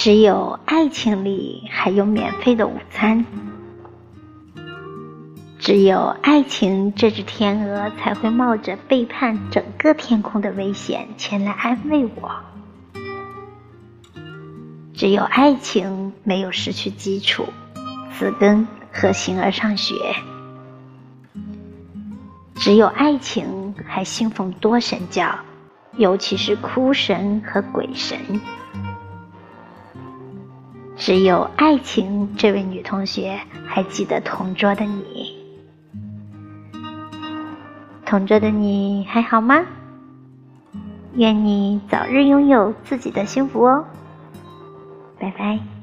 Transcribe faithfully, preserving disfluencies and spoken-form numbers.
只有爱情里还有免费的午餐，只有爱情这只天鹅才会冒着背叛整个天空的危险前来安慰我。只有爱情没有失去基础、词根和形而上学。只有爱情还信奉多神教，尤其是哭神和鬼神。只有爱情这位女同学还记得同桌的你。同桌的你还好吗？愿你早日拥有自己的幸福哦。拜拜。